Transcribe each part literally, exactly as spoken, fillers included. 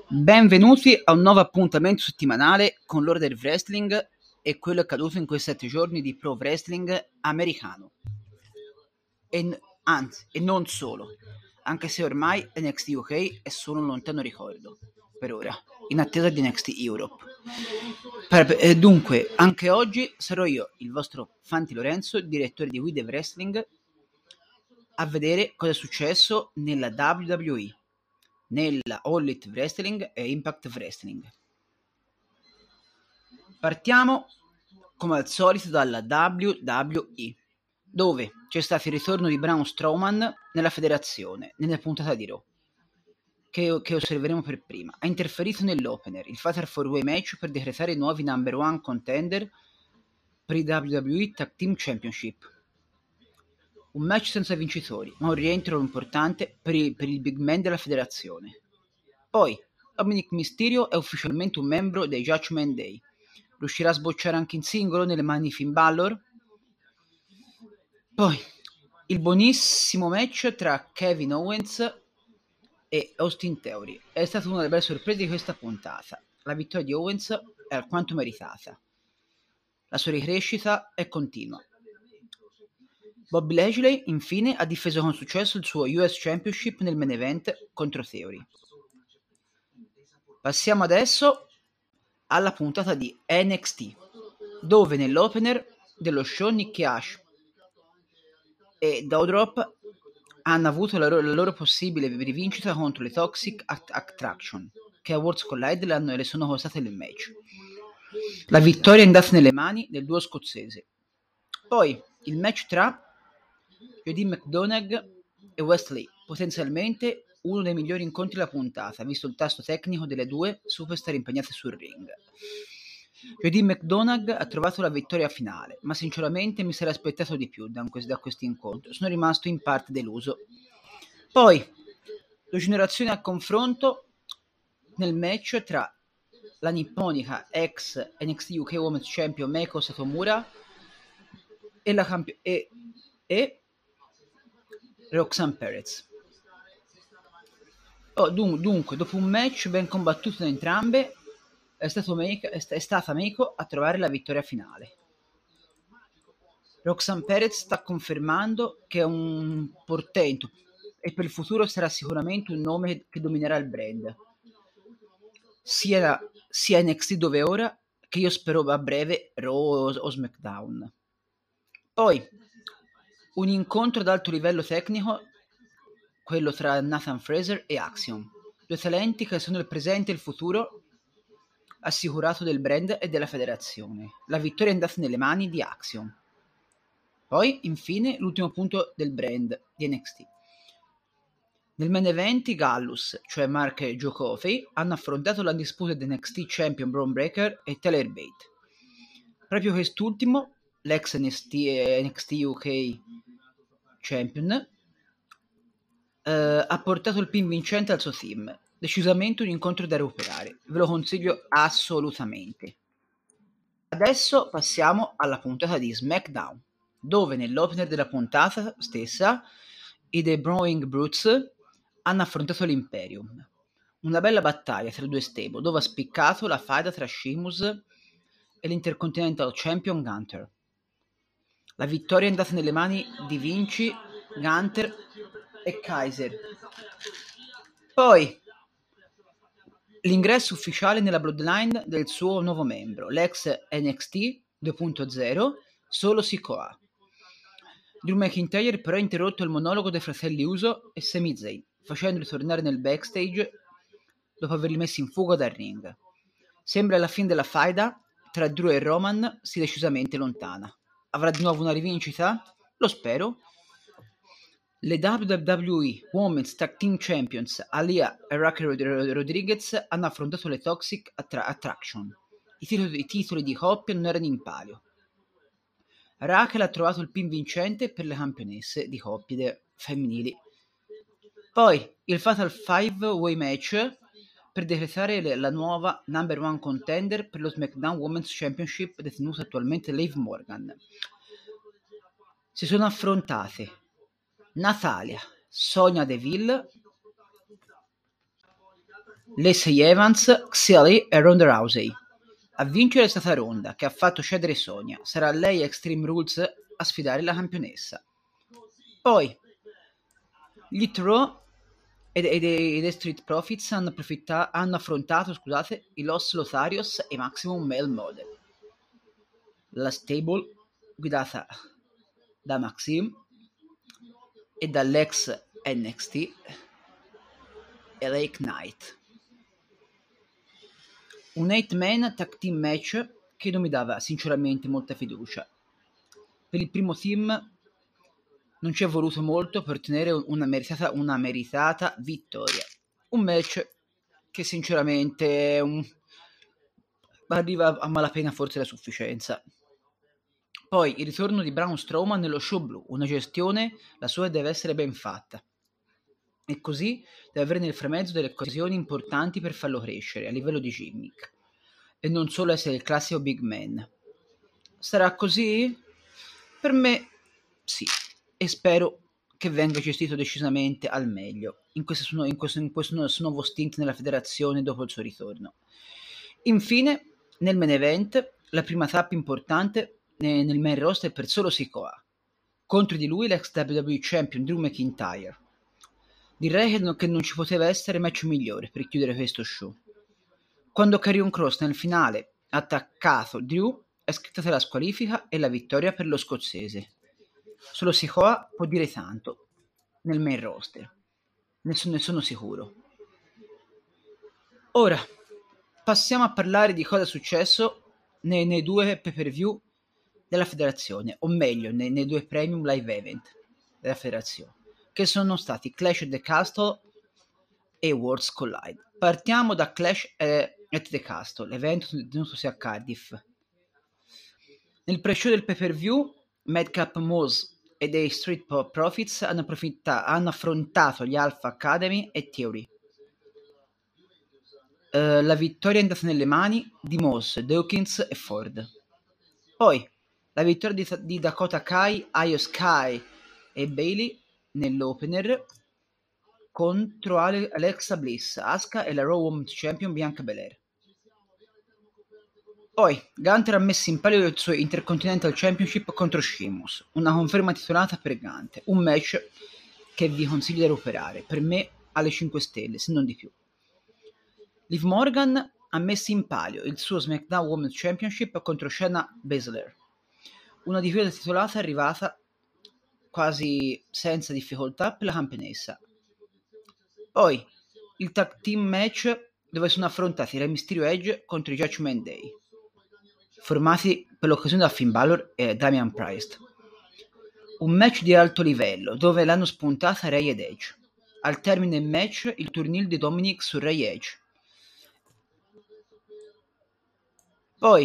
Benvenuti a un nuovo appuntamento settimanale con l'Order Wrestling e quello accaduto in quei sette giorni di pro wrestling americano. E, anzi, e non solo, anche se ormai N X T U K è solo un lontano ricordo, per ora, in attesa di N X T Europe. Per, eh, dunque, anche oggi sarò io, il vostro Fanti Lorenzo, direttore di We The Wrestling, a vedere cosa è successo nella W W E, nella All Elite Wrestling e Impact Wrestling. Partiamo come al solito dalla W W E, dove c'è stato il ritorno di Braun Strowman nella federazione, nella puntata di Raw, che, che osserveremo per prima. Ha interferito nell'opener, il Fatal four way match per decretare i nuovi number one contender per i W W E Tag Team Championship. Un match senza vincitori, ma un rientro importante per il, per il big man della federazione. Poi, Dominic Mysterio è ufficialmente un membro dei Judgment Day. Riuscirà a sbocciare anche in singolo nelle mani di Finn Balor? Poi, il buonissimo match tra Kevin Owens e Austin Theory. È stata una delle belle sorprese di questa puntata. La vittoria di Owens è alquanto meritata. La sua ricrescita è continua. Bobby Lashley, infine, ha difeso con successo il suo U S Championship nel main event contro Theory. Passiamo adesso alla puntata di N X T, dove nell'opener dello show Nicky Ash e Doudrop hanno avuto la loro, la loro possibile rivincita contro le Toxic Attraction, che a Worlds Collide le, hanno, le sono costate il match. La vittoria è andata nelle mani del duo scozzese. Poi il match tra J D McDonagh e Wesley, potenzialmente uno dei migliori incontri della puntata, visto il tasto tecnico delle due superstar impegnate sul ring. J D McDonagh ha trovato la vittoria finale, ma sinceramente mi sarei aspettato di più da, da questo incontro. Sono rimasto in parte deluso. Poi, due generazioni a confronto nel match tra la nipponica ex N X T U K Women's Champion Meiko Satomura e la campione e, e Roxanne Perez. Oh, dun- dunque, dopo un match ben combattuto da entrambe, è, stato Meiko, è, st- è stata Meiko a trovare la vittoria finale. Roxanne Perez sta confermando che è un portento e per il futuro sarà sicuramente un nome che dominerà il brand, sia, sia N X T dove è ora, che io spero a breve Raw o SmackDown. Poi, un incontro ad alto livello tecnico, quello tra Nathan Fraser e Axiom, due talenti che sono il presente e il futuro assicurato del brand e della federazione. La vittoria è andata nelle mani di Axiom. Poi, infine, l'ultimo punto del brand di N X T. Nel main event i Gallus, cioè Mark e Joe Coffey, hanno affrontato la disputa di N X T Champion Braun Breaker e Tyler Bate. Proprio quest'ultimo, l'ex N X T, eh, N X T U K Champion, Uh, ha portato il pin vincente al suo team. Decisamente un incontro da recuperare, ve lo consiglio assolutamente. Adesso passiamo alla puntata di SmackDown, dove nell'opener della puntata stessa i The Brawling Brutes hanno affrontato l'Imperium. Una bella battaglia tra i due stable, dove ha spiccato la faida tra Sheamus e l'Intercontinental Champion Gunter. La vittoria è andata nelle mani di Vinci, Gunter e Kaiser. Poi l'ingresso ufficiale nella Bloodline del suo nuovo membro, l'ex N X T due punto zero, Solo Sikoa. Drew McIntyre però ha interrotto il monologo dei fratelli Uso e Sami Zayn, facendoli tornare nel backstage dopo averli messi in fuga dal ring. Sembra alla fine della faida tra Drew e Roman sia decisamente lontana. Avrà di nuovo una rivincita? Lo spero. Le W W E Women's Tag Team Champions Aliyah e Raquel Rodriguez hanno affrontato le Toxic Attra- Attraction. I titoli, I titoli di coppia non erano in palio. Raquel ha trovato il pin vincente per le campionesse di coppie femminili. Poi il Fatal five way match per decretare la nuova number one contender per lo SmackDown Women's Championship detenuto attualmente Liv Morgan. Si sono affrontate Natalia, Sonia Deville Lacey Evans, Xia e Ronda Rousey. A vincere è stata Ronda, che ha fatto cedere Sonia. Sarà lei a Extreme Rules a sfidare la campionessa. Poi gli Elite Raw ed, ed, ed The Street Profits hanno, hanno affrontato scusate, i Los Lotharios e Maximum Male Model. La stable guidata da Maxim e dall'ex N X T L A Knight. Un eight man tag team match che non mi dava sinceramente molta fiducia. Per il primo team non ci è voluto molto per ottenere una meritata, una meritata vittoria. Un match che sinceramente è un... arriva a malapena forse la sufficienza. Poi il ritorno di Braun Strowman nello show blu, una gestione, la sua deve essere ben fatta. E così deve avere nel fremezzo delle occasioni importanti per farlo crescere a livello di gimmick. E non solo essere il classico big man. Sarà così? Per me sì. E spero che venga gestito decisamente al meglio in questo, in questo, in questo nuovo stint nella federazione dopo il suo ritorno. Infine, nel main event, la prima tappa importante nel main roster per Solo Sikoa. Contro di lui l'ex W W E Champion Drew McIntyre. Direi che non, che non ci poteva essere match migliore per chiudere questo show. Quando Karrion Kross nel finale ha attaccato Drew, è scattata la squalifica e la vittoria per lo scozzese. Solo Sikoa può dire tanto nel main roster, ne sono, ne sono sicuro. Ora passiamo a parlare di cosa è successo nei, nei due pay per view della federazione, o meglio nei, nei due premium live event della federazione, che sono stati Clash at the Castle e Worlds Collide. Partiamo da Clash at the Castle, l'evento tenutosi a Cardiff. Nel pre-show del pay per view, Madcap Moss e dei Street Profits hanno, hanno affrontato gli Alpha Academy e Theory. Uh, la vittoria è andata nelle mani di Moss, Dawkins e Ford. Poi la vittoria di, di Dakota Kai, Io Sky e Bailey nell'opener contro Ale- Alexa Bliss, Asuka e la Raw Women's Champion Bianca Belair. Poi Gunter ha messo in palio il suo Intercontinental Championship contro Sheamus, una conferma titolata per Gunter, un match che vi consiglio di recuperare, per me alle cinque stelle, se non di più. Liv Morgan ha messo in palio il suo SmackDown Women's Championship contro Shayna Baszler, una difesa titolata arrivata quasi senza difficoltà per la campionessa. Poi il tag team match dove sono affrontati Rey Mysterio Edge contro i Judgment Day, formati per l'occasione da Finn Balor e Damian Priest. Un match di alto livello dove l'hanno spuntata Rey ed Edge. Al termine del match il turnil di Dominic su Rey Edge. Poi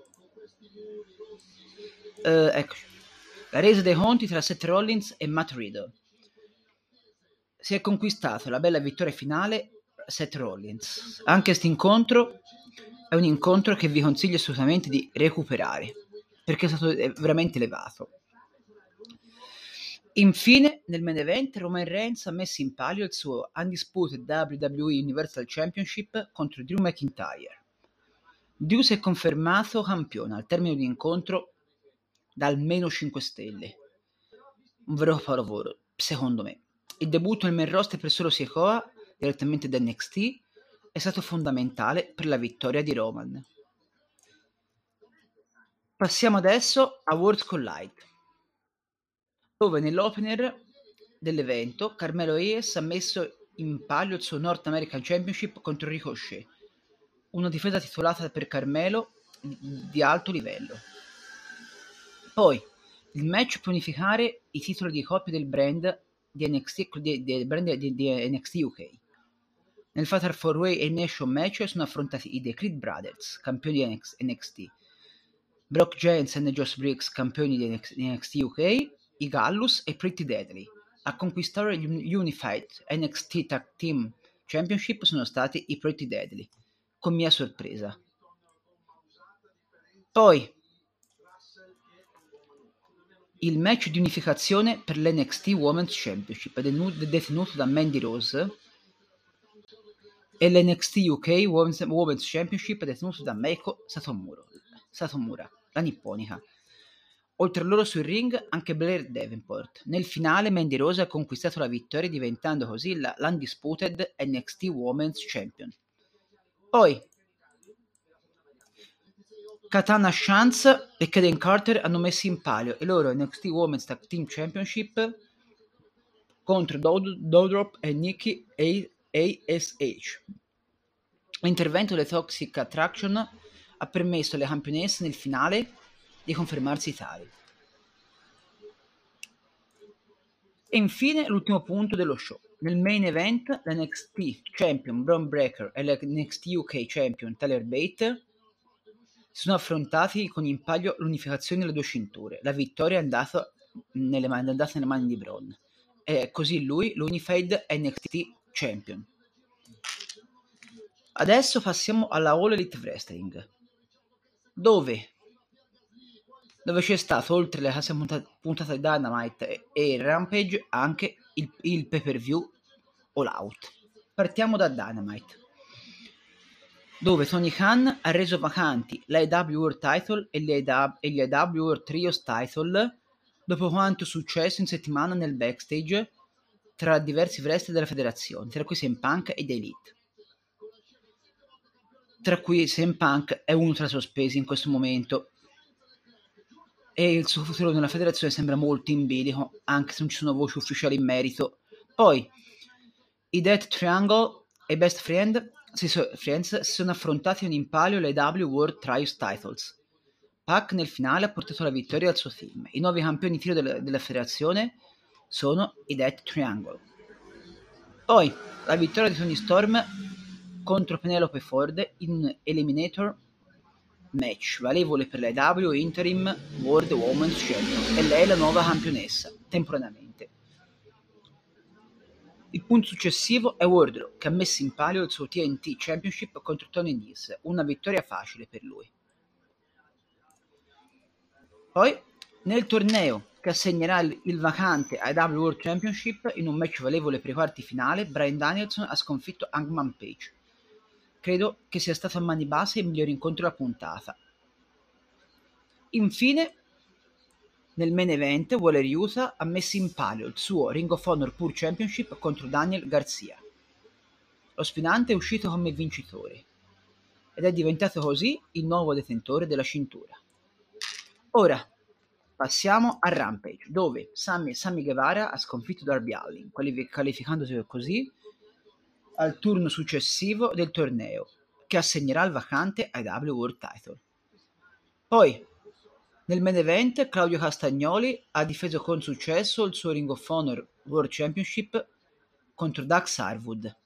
uh, eccoci. La resa dei conti tra Seth Rollins e Matt Riddle. Si è conquistato la bella vittoria finale Seth Rollins. Anche questo incontro è un incontro che vi consiglio assolutamente di recuperare, perché è stato veramente elevato. Infine, nel main event, Roman Reigns ha messo in palio il suo Undisputed W W E Universal Championship contro Drew McIntyre. Drew si è confermato campione al termine di incontro da almeno cinque stelle. Un vero capolavoro, secondo me. Il debutto nel main roster per Solo Sikoa, direttamente da N X T, è stato fondamentale per la vittoria di Roman. Passiamo adesso a Worlds Collide, dove nell'opener dell'evento Carmelo Hayes ha messo in palio il suo North American Championship contro Ricochet, una difesa titolata per Carmelo di alto livello. Poi il match per unificare i titoli di coppia del brand di N X T, di, di, brand di, di N X T U K. Nel Fatal four way e Nation match sono affrontati i The Creed Brothers, campioni di N X T, Brock Jensen e Josh Briggs, campioni di N X T U K, i Gallus e Pretty Deadly. A conquistare l'Unified N X T Tag Team Championship sono stati i Pretty Deadly, con mia sorpresa. Poi il match di unificazione per l'N X T Women's Championship detenuto da Mandy Rose e l'N X T U K Women's, Women's Championship detenuto da Meiko Satomura, Satomura, la nipponica. Oltre a loro sul ring anche Blair Davenport. Nel finale Mandy Rose ha conquistato la vittoria diventando così la l'undisputed N X T Women's Champion. Poi Katana Chance e Kaden Carter hanno messo in palio i loro N X T Women's Tag Team Championship contro Doudrop e Nikki A S H. L'intervento delle Toxic Attraction ha permesso alle campionesse nel finale di confermarsi tali. E infine l'ultimo punto dello show. Nel main event l'N X T Champion Bron Breakker e l'N X T U K Champion Tyler Bate si sono affrontati con in palio l'unificazione delle due cinture. La vittoria è andata nelle mani, è andata nelle mani di Bron. E così lui l'Unified N X T Champion. Adesso passiamo alla All Elite Wrestling, dove dove c'è stato, oltre alle case puntate di Dynamite e Rampage, anche il, il pay-per-view All Out. Partiamo da Dynamite, dove Tony Khan ha reso vacanti l'A E W World Title e gli A E W World Trios Title dopo quanto successo in settimana nel backstage tra diversi wrestler della federazione, tra cui C M Punk ed Elite. Tra cui C M Punk è uno tra i sospesi in questo momento e il suo futuro nella federazione sembra molto in bilico, anche se non ci sono voci ufficiali in merito. Poi i Death Triangle e Best Friend si, so- Friends si sono affrontati in un impalio alle A E W World Trios Titles. Pac nel finale ha portato la vittoria al suo team. I nuovi campioni tiro della, della federazione sono i Death Triangle. Poi la vittoria di Tony Storm contro Penelope Ford in un Eliminator match valevole per l'A E W Interim World Women's Champion, e lei è la nuova campionessa temporaneamente. Il punto successivo è Wardlow, che ha messo in palio il suo T N T Championship contro Tony Nese, una vittoria facile per lui. Poi nel torneo che assegnerà il, il vacante A E W World Championship in un match valevole per i quarti finale, Bryan Danielson ha sconfitto Hangman Page. Credo che sia stato a mani basse il miglior incontro della puntata. Infine, nel main event, Wheeler Yuta ha messo in palio il suo Ring of Honor Pure Championship contro Daniel Garcia. Lo sfidante è uscito come vincitore ed è diventato così il nuovo detentore della cintura. Ora passiamo a Rampage, dove Sammy, Sammy Guevara ha sconfitto Darby Allin, qualificandosi così al turno successivo del torneo, che assegnerà il vacante A E W World Title. Poi, nel main event, Claudio Castagnoli ha difeso con successo il suo Ring of Honor World Championship contro Dax Harwood.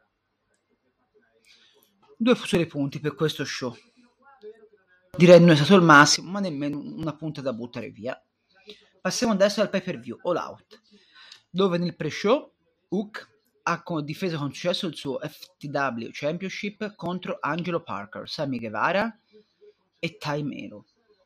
Due soli punti per questo show. Direi non è stato il massimo, ma nemmeno una punta da buttare via. Passiamo adesso al pay-per-view All Out, dove nel pre-show Hook ha difeso con successo il suo F T W Championship contro Angelo Parker, Sammy Guevara e Ty Melo.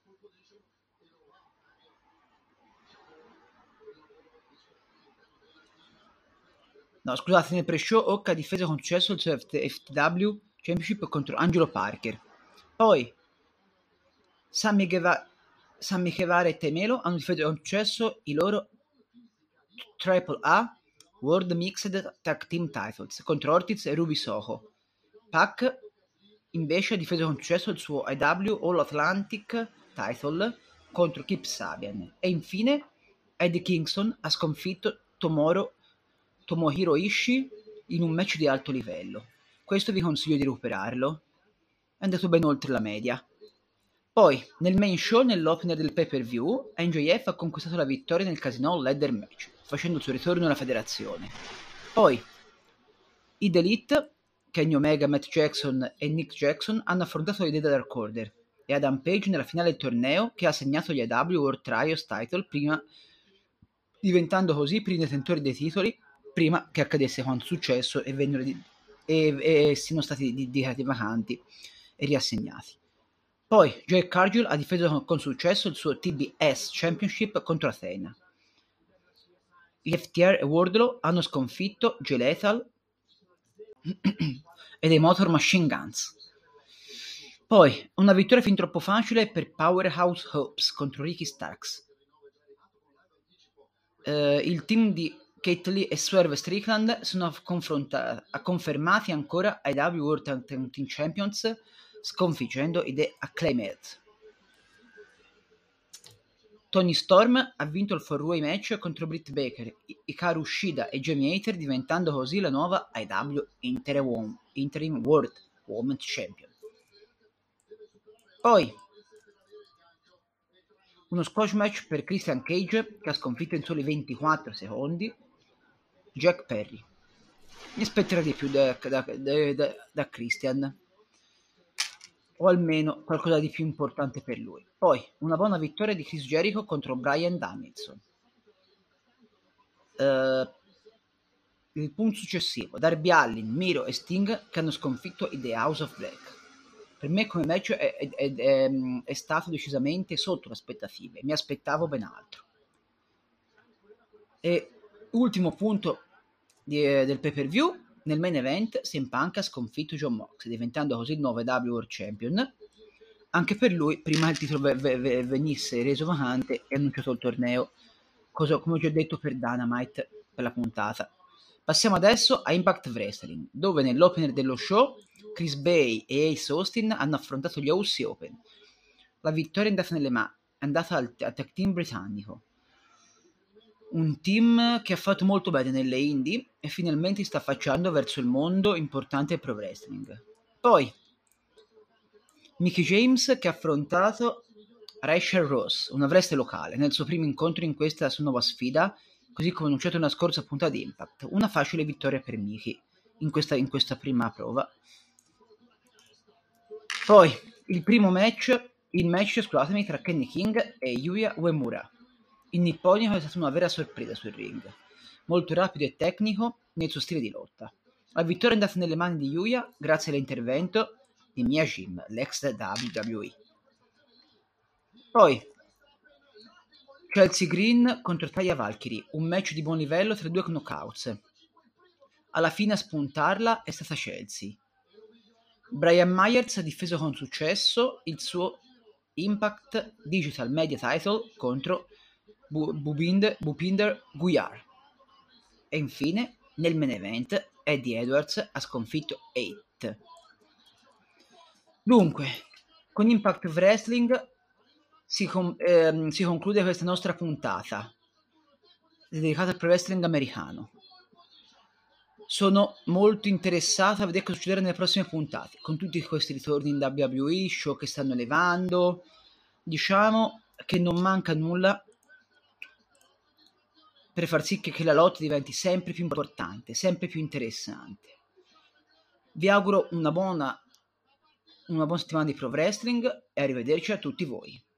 No, scusate, nel pre-show Hook ha difeso con successo il suo F T W Championship contro Angelo Parker. Poi Sammy Guevara, Sammy Guevara e Ty Melo hanno difeso con successo i loro Triple A World Mixed Tag Team Titles contro Ortiz e Ruby Soho. Pac invece ha difeso con successo il suo A E W All Atlantic Title contro Kip Sabian. E infine Eddie Kingston ha sconfitto Tomoro, Tomohiro Ishii in un match di alto livello. Questo vi consiglio di recuperarlo, è andato ben oltre la media. Poi, nel main show, nell'opener del pay-per-view, N J F ha conquistato la vittoria nel Casino Ladder Match, facendo il suo ritorno alla federazione. Poi, i The Elite, Kenny Omega, Matt Jackson e Nick Jackson hanno affrontato i The Dark Order e Adam Page nella finale del torneo, che ha assegnato gli A E W World Trios Title, prima, diventando così i primi detentori dei titoli, prima che accadesse quanto successo e, vennero di, e, e siano stati dichiarati vacanti e riassegnati. Poi Jade Cargill ha difeso con successo il suo T B S Championship contro Athena. Gli F T R e Wardlow hanno sconfitto Jay Lethal e dei Motor Machine Guns. Poi, una vittoria fin troppo facile per Powerhouse Hobbs contro Ricky Starks. Uh, il team di Keith Lee e Swerve Strickland sono confermati ancora ai W World Tag Team Champions, sconfiggendo i The Acclaimed. Tony Storm ha vinto il four-way match contro Britt Baker, Hikaru Shida e Jamie Hayter, diventando così la nuova I W Interim, Interim World Women's Champion. Poi uno squash match per Christian Cage, che ha sconfitto in soli ventiquattro secondi Jack Perry. Mi aspetterei di più da, da, da, da, da Christian, o almeno qualcosa di più importante per lui. Poi una buona vittoria di Chris Jericho contro Bryan Danielson. Uh, il punto successivo: Darby Allin, Miro e Sting, che hanno sconfitto i The House of Black. Per me come match è, è, è, è, è stato decisamente sotto le aspettative, mi aspettavo ben altro. E ultimo punto di, eh, del pay per view: nel main event C M Punk ha sconfitto Jon Moxley, diventando così il nuovo W World Champion. Anche per lui, prima il titolo v- v- venisse reso vacante e annunciato il torneo, cosa, come ho già detto per Dynamite per la puntata. Passiamo adesso a Impact Wrestling, dove nell'opener dello show Chris Bay e Ace Austin hanno affrontato gli O C Open. La vittoria è andata nelle mani, è andata al, al tag team britannico, un team che ha fatto molto bene nelle indie e finalmente sta affacciando verso il mondo importante del pro wrestling. Poi Mickie James, che ha affrontato Rachel Ross, una wrestler locale, nel suo primo incontro in questa sua nuova sfida, così come annunciato nella scorsa puntata di Impact. Una facile vittoria per Mickie in questa, in questa prima prova. Poi il primo match, il match scusatemi, tra Kenny King e Yuya Uemura. Il nipponico è stata una vera sorpresa sul ring, molto rapido e tecnico nel suo stile di lotta. La vittoria è andata nelle mani di Yuya grazie all'intervento di Mia Jim, l'ex W W E. Poi Chelsea Green contro Taya Valkyrie, un match di buon livello tra due knockouts. Alla fine a spuntarla è stata Chelsea. Brian Myers ha difeso con successo il suo Impact Digital Media Title contro Bhupinder, Bhupinder Guyar. E infine, nel main event, Eddie Edwards ha sconfitto Eight. Dunque, con Impact Wrestling si, com- ehm, si conclude questa nostra puntata dedicata al pro wrestling americano. Sono molto interessato a vedere cosa succederà nelle prossime puntate, con tutti questi ritorni in W W E, show che stanno elevando. Diciamo che non manca nulla per far sì che, che la lotta diventi sempre più importante, sempre più interessante. Vi auguro una buona, una buona settimana di pro wrestling e arrivederci a tutti voi.